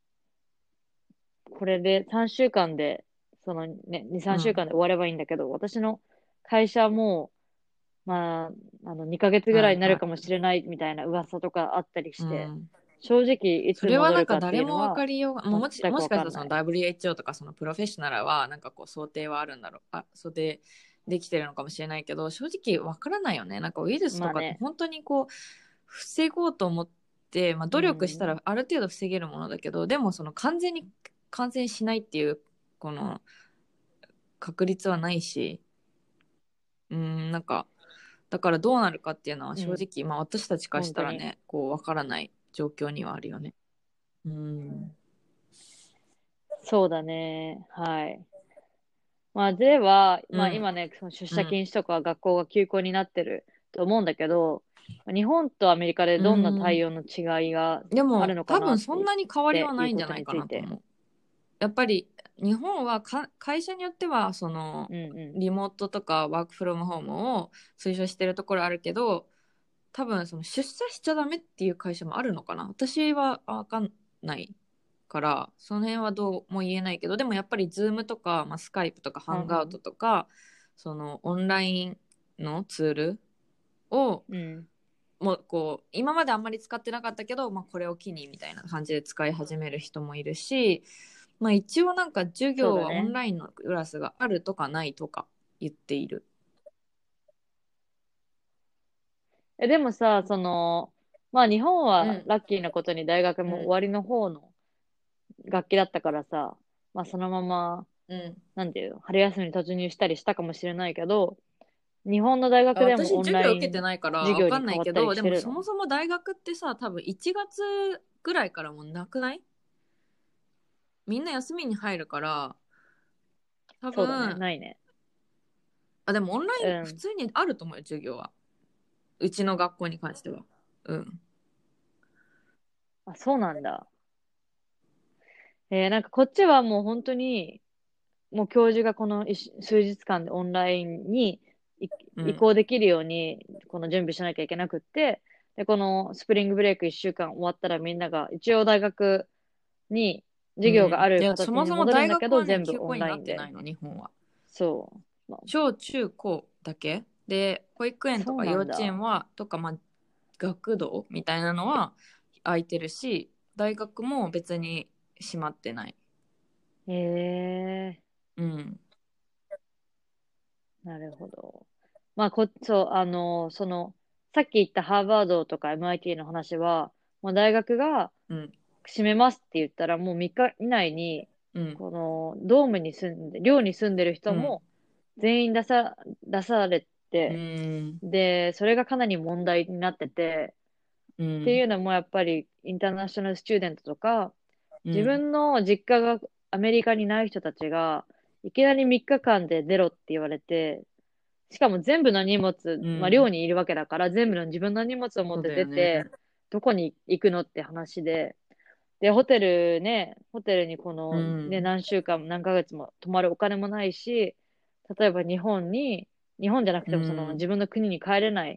これでさんしゅうかんで、そのね、に、3週うん間で終わればいいんだけど、私の会社も、まあ、あの、にかげつぐらいになるはいはいかもしれないみたいな噂とかあったりして、 うん正直いつそれは戻るかってなんか誰いうのはも分かりようがもうもし、 全くもしかしたらそのわかんない。 ダブリューエイチオー とかそのプロフェッショナルはなんかこう想定はあるんだろう、あ想定できてるのかもしれないけど、正直分からないよね。なんかウイルスとかってまあね、 本当にこう防ごうと思って、まあ、努力したうん、 らある程度防げるものだけど、でもその完全に感染しないっていうこの確率はないし、うん、なんかだからどうなるかっていうのは正うん、 直、まあ私たちからし本当に。 たらね、こう分からない状況にはあるよね。うん。 そうだね。はい。まあ、では、まあうん。 今ね、その出うん。 社禁止とか学校が休校になってると思うんだけど、日本とアメリカでうどんな対ん。 応の違いがであるのかも多なって分そんなに変わりはないんじゃいうことないかなとについて。 思う。やっぱり日本はか会社によってはそのうんうリモートとかワークフロムホームを推奨してるところあるけど、多分その出社しちゃダメっていう会社もあるのかな。私は分かんないからその辺はどうも言えないけど、でもやっぱりズームとか、まあ、スカイプとかハンガウトん。 とかそのオンラインのツールをうんうん。 もうこう今まであんまり使ってなかったけど、まあ、これを機にみたいな感じで使い始める人もいるし、まあ、一応なんか授業はオンそうだね。 ラインのクラスがあるとかないとか言っている。 え、でもさ、その、まあ日本はうんラッキーなことに大学も終うんわりの方の学期だったからさ、まあそのまま、 うんなんていうの、春休みに突入したりしたかもしれないけど、日本の大学でもオン私授業受けてラインないから分か授業にんないけど、 変わったりしでもてるの？ そもそも大学ってさ多分いちがつぐらいからもうなくない？みんな休みに入るから多そうだね、 分、 ないね。 あでもオンライン普うん。 通にあると思うよ授業は、うちの学校に関しては。うんあ、そうなんだ。えーなんかこっちはもう本当に、もう教授がこの一数日間でオンラインにい移うん行できるように、この準備しなきゃいけなくって、で、このスプリングブレイクいっしゅうかん終わったらみんなが一応大学に授業があうん、いるやそもそも形に戻るん大学はだけど、全部オね休校にンラインで。 なってないの日本は。 そう。まあ、 小中高だけで保育園とそうか幼なんだ。 稚園はとか、まあ、学童みたいなのは空いてるし、大学も別に閉まってない。 へえうん。 ー、なるほど。まあ、こ、そう、あの、その、さっき言ったハーバードとか エムアイティー の話は、もう大学がうん。 閉めますって言ったら、もうみっか以内に、 うん。 この、ドームに住んで、寮に住んでるうん。 人も全員出さ、出されうて、 ん。 で、それがかなり問題になってて、っていうん。 うのもやっぱりインターナショナルスチューデントとか、自うん。 分の実家がアメリカにない人たちが、いきなりみっかかんで出ろって言われて、しかも全部の荷物、まあ、寮うん。 にいるわけだから、全部の自分の荷物を持ってそうだよね。 出て、どこに行くのって話で、で、ホテルね、ホテルにこうの、ね、 ん。 何週間も何ヶ月も泊まるお金もないし、例えば日本に、日本じゃなくうてもそのん。 自分の国に帰れない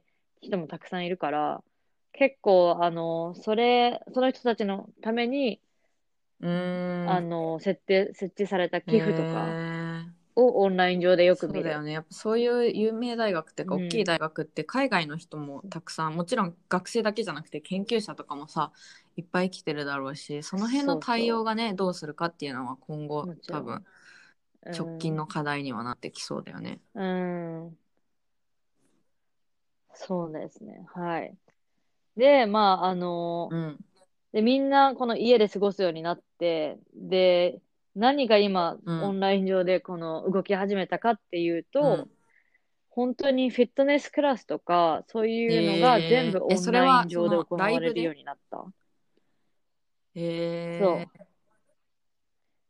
人もたくさんいるから、結構、あの、それ、その人たちのために、 うーん。 あの、設定、設置されたへ寄付とかえ。 をオンライン上でよく見る。 そうだよね。やっぱそういう有名大学っていうか、大きいうん。 大学って海外の人もたくさん、もちろん学生だけじゃなくて研究者とかもさ、いっぱい来てるだろうし、その辺のそうそ対応がね、どうするかっていうのは今う。 後もちろん。 多分う直近ん。 の課題にはなってきそうだよね。 うん。そうですね。はい。で、まあ、あの、 うん。 で、みんなこの家で過ごすようになって、で、何が今うん。 オンライン上でこの動き始めたかっていうと、 うん。 本当にフィットネスクラスとか、そういうのが全部えー、え、 オンそれライン上ではその行われるようライブで？ になった。 えー、 そう、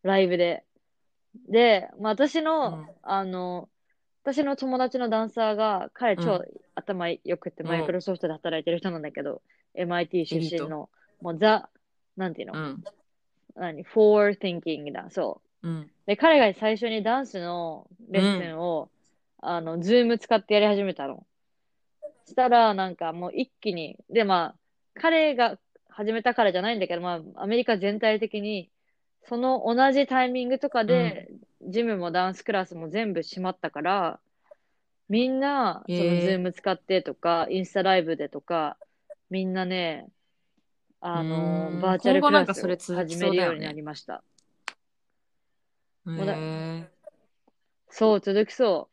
ライブで。で、まあ、私の、 うん。 あの、私の友達のダンサーが、彼超うん。 頭良くて、マイクお、 ロソフトで働いてる人なんだけど、エムアイティーエリート。 出身の、もうザ、なんていうのうん。 何 ?for thinking だ。そう。 うん。 で、彼が最初にダンスのレッスうん。 ンを、あの、ズーム使ってやり始めたの。したら、なんかもう一気に、で、まあ、彼が始めたからじゃないんだけど、まあ、アメリカ全体的に、その同じタイミングとかうん。 で、ジムもダンスクラスも全部閉まったから、みんな、そのズーえム使ってとか、インスタライブでとか、みんなね、 ー、 あの、 うーん。 バーチャルク今後なんかラスをそれ続き始めるようになそうだよね。 りました。 へもうだ、 えそう、続きそう。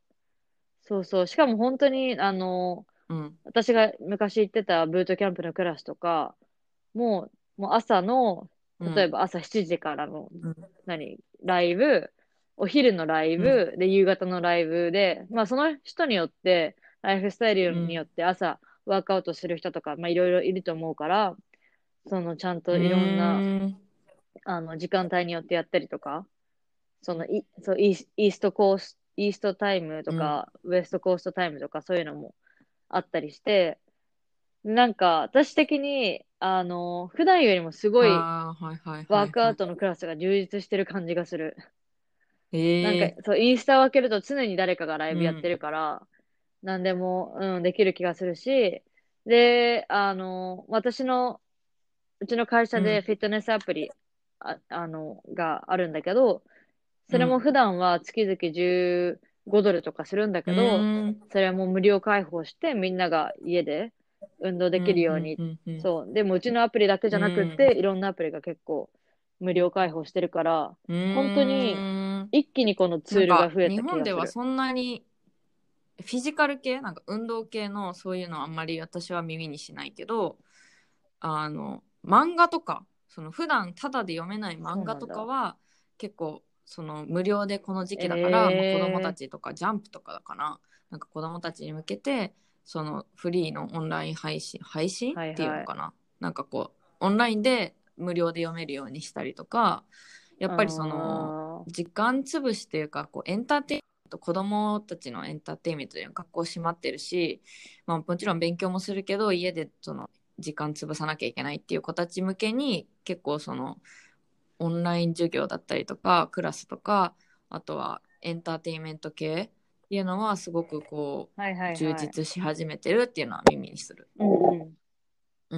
そうそう。しかも本当に、あの、 ー。うん。 私が昔行ってたブートキャンプのクラスとか、もう、もう朝の、 うん。 例えば朝しちじからの、 うん。 何、ライブ、お昼のライうん。 ブ、で、夕方のライブで、まあその人によって、ライフスタイルによっうん。 て朝ワークアウトする人とか、まあいろいろいると思うから、そのちゃんうといろんな、 ーん。 あの、時間帯によってやったりとか、そのイ、そう、イースイーストコース、イーストタイムとうん。 か、ウエストコーストタイムとか、そういうのもあったりして、なんか、私的に、あの、普段よりもすごいああ、はいはいワはいはい。 ークアウトのクラスが充実してる感じがする。なんか、 ええそう、インスタを開けると常に誰かがライー。 ブやってうん。 るから、何でも、うん、できる気がするし、で、あの、私の、うちの会社うん。 でフィットネスアプリ、あ、あの、があるんだけど、それもうん。 普段は月々じゅうごドルとかするんだうけど、 ーん。 それはもう無料開放してみんなが家で運動でうん。うん。 きるように。 うん。うん。 そう。でもうちのアプリだけじゃうなくっん。 て、いろんなアプリが結構無料開放してるから、 う本当にーん。 一気にこのツールがなんか、日増えた気がする。 本ではそんなにフィジカル系、なんか運動系のそういうのはあんまり私は耳にしないけど、あの、漫画とか、その普段タダで読めない漫画そうなんだ。 とかは結構その無料でこの時期だから、まあ、子供たええちとかジャンプとかだから、なんか子供たちに向けてそのフリーのオンライン配信配信っていうはいはい。 のかな、なんかこうオンラインで無料で読めるようにしたりとか、やあっぱりそのー、 時間潰しっていうか、こうエンターテインメント、子供たちのエンターテインメントで学校閉まってるし、まあ、もちろん勉強もするけど家でその時間潰さなきゃいけないっていう子たち向けに結構そのオンライン授業だったりとかクラスとか、あとはエンターテインメント系っていうのはすごくこはいはう充いはい。 実し始めてるっていうのは耳にする。 うんうん。 うん。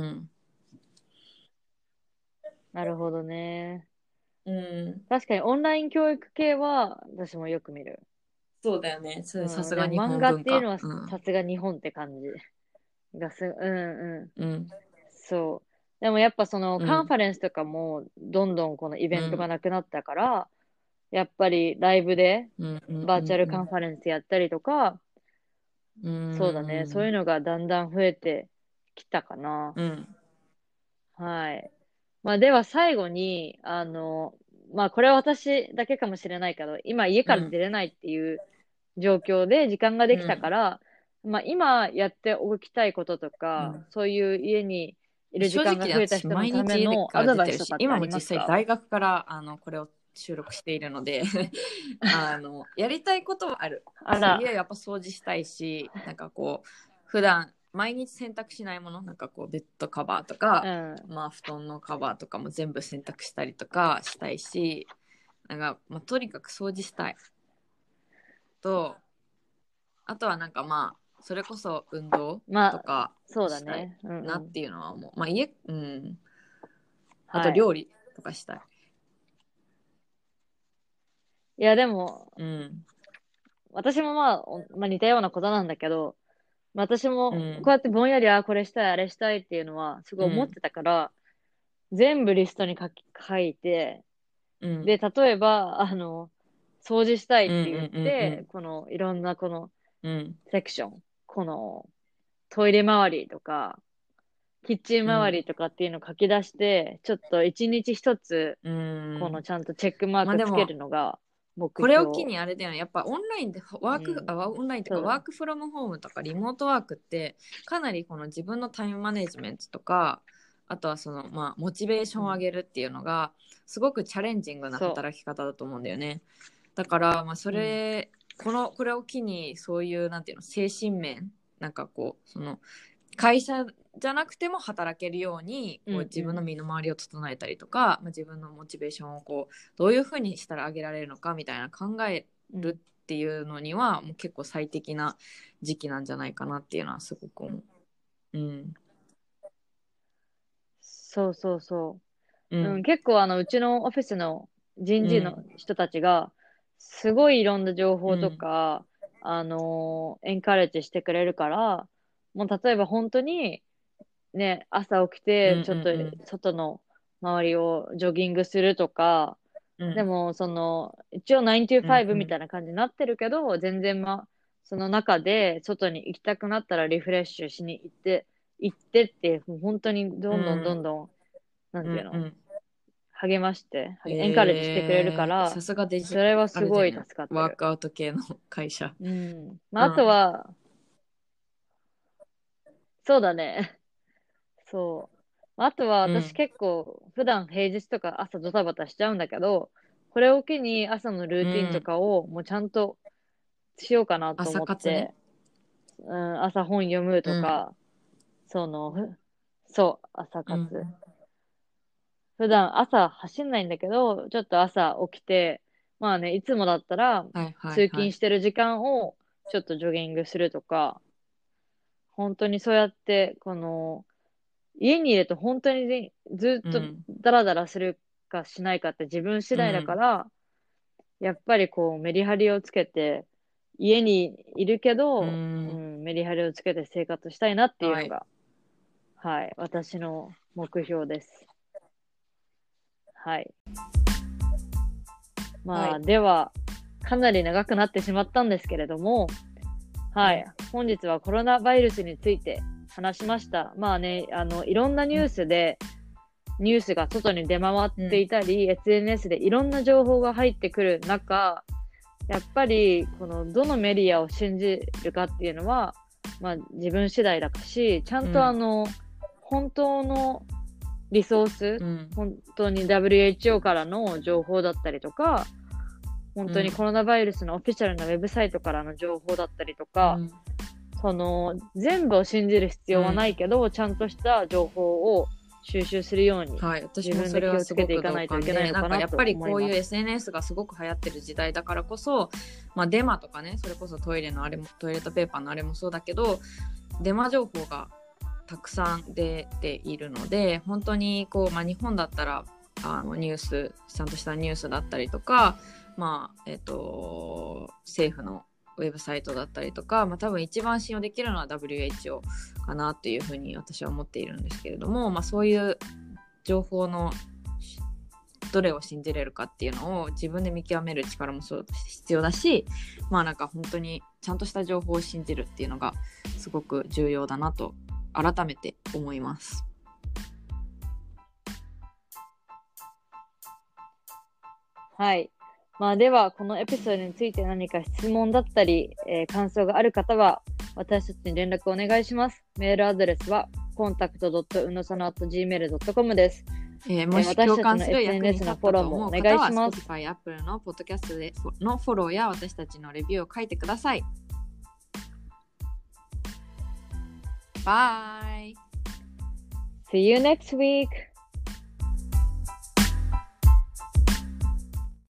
なるほどね。 うん。 確かにオンライン教育系は私もよく見る。 そうだよね。それさうん。 すが日でも漫本文化。 画っていうのはうん。 さすが日本って感じがす、うんうん。 うん。 そう。でもやっぱそのうん。 カンファレンスとかもどんどんこのイベントがうん。 なくなったから、やっぱりライブでうん。うん。 バーチャルカンうんファレンスやったりとか、 うそうだね。そういうん。 のがだんだん増えてきたかな。 うん。 はい。まあでは最後に、あの、まあこれは私だけかもしれないけど、今家から出うん。 れないっていう状況で時間ができたかうん。 ら、まあ今やっておきたいこととか、 うん。 そういう家にいる時正間が増えた直私人のため毎日家のアドバイから出てるし、 スとかってあ今もりますか？ 実際大学からあのこれを収録しているのであのやりたいことはある。そう、 あら、 家やっぱ掃除したいし、なんかこう普段毎日洗濯しないもの、なんかこうベッドカバーとか、 うん。 まあ布団のカバーとかも全部洗濯したりとかしたいし、なんか、まあ、とにかく掃除したいと、あとはなんかまあそれこそ運動まあとかそうだしたいね。うんうん、 なっていうのは思う。まあ家、うん。あはい、 と料理とかしたい。 いやでも、 うん。 私もまあ、おまあ、似たようなことなんだけど、私もこうんうやってぼんやり、あ、これしたい、あれしたいっていうのはすごい思ってたから、全部リストに書き、書いて、 うん。 で、例えば、あの、掃除したいって言っうんうんて、このいろんなこのうんうんセクション、このトイレ周りとか、キッチン周りとかっていうのを書き出して、ちょっと一日一つ、 うん。 このちゃんとチェックマークつけまあでもるのが目これを機標。 にあれだよね、やっぱオンラインでワーク、 うん。 あオンラインというかそうだね。 ワークフロムホームとかリモートワークってかなりこの自分のタイムマネジメントとか、あとはそのまあモチベーションを上げるっていうのがすごくチャレンジングなそ働き方だと思うんだよね。だからまあそう。うん。 れ、このこれを機にそういうなんていうの、精神面、なんかこうその会社じゃなくても働けるようにこううん自分のうん。 身の回りを整えたりとか、まあ、自分のモチベーションをこうどういうふうにしたら上げられるのかみたいな考えるっていうのにはもう結構最適な時期なんじゃないかなっていうのはすごく思う。うん。 そうそうそう。うん、 うん。 結構あの、うちのオフィスの人事のうん。 人たちが、すごいいろんな情報とうん。 か、あのーエンカレッジしてくれるから、もう例えば本当に、ね、朝起きうん。 て、ちょっとうん。 外の周りをジョギングするとか、 うん。 でも、その、一応ナイン to うん。 ファイブみたいな感じになってるけど、全然まあ、その中で外に行きたくなったらリフレッシュしに行って、行ってって、もう本当にどんどんどんどん、なんうん。 ていうの、 うん。 励まして、エンカレッジしてくれるかえー、 ら、 さすがデジそれはすごい助あれだよね、 かってる。 ワークアウト系の会社。 うん。まあ、あとうん。 は、そうだね。そう。あとは私うん。 結構普段平日とか朝ドタバタしちゃうんだけど、これを機に朝のルーティンとうん。 かをもうちゃんとしようかなと朝思っ活ね。 て、うん、朝本読むうん。 とか、その、ふそう、朝うん。 活。普段朝走んないんだけど、ちょっと朝起きて、まあね、いつもだったらはいはい通はい。 勤してる時間をちょっとジョギングするとか、本当にそうやって、この、家にいると本当にねずっとうん。 ダラダラするかしないかって自分次第だかうん。 ら、やっぱりこうメリハリをつけて、家にいるけうど、うん。 ん、メリハリをつけて生活したいなっていうはい。 のが、はい、私の目標です。はい。まあ、 はい。 では、かなり長くなってしまったんですけれども、はい。 うん。 本日はコロナウイルスについて話しました。まあね、あの、いろんなニュースで、ニュースが外に出回っていたり、うん、エスエヌエス でいろんな情報が入ってくる中、やっぱり、この、どのメディアを信じるかっていうのは、まあ、自分次第だし、ちゃんとあの、うん、本当のリソース、うん、本当に ダブリューエイチオー からの情報だったりとか、本当にコロナウイルスのオフィシャルなウェブサイトからの情報だったりとか、うん、その、全部を信じる必要はないけど、うん、ちゃんとした情報を収集するように、 はい、私もそれはすごく同感で、なんかやっぱりこういう エスエヌエス がすごく流行ってる時代だからこそ、まあ、デマとかね、それこそトイレのあれもトイレットペーパーのあれもそうだけど、デマ情報がたくさん出ているので、本当にこう、まあ、日本だったらあのニュース、ちゃんとしたニュースだったりとか、まあえっと、政府のウェブサイトだったりとか、まあ、多分一番信用できるのは ダブリューエイチオー かなっていうふうに私は思っているんですけれども、まあ、そういう情報のどれを信じれるかっていうのを自分で見極める力もそう必要だし、まあなんか本当にちゃんとした情報を信じるっていうのがすごく重要だなと改めて思います。 はい。まあ、では、このエピソードについて何か質問だったり、えー、感想がある方は、私たちに連絡お願いします。メールアドレスは、コンタクトドットウノサノアットジーメールドットコム です。 えー、もし共感する役に立ったと思う方は、Spotify、Apple のポッドキャストでのフォローや私たちのレビューを書いてください。バイ。 See you next week!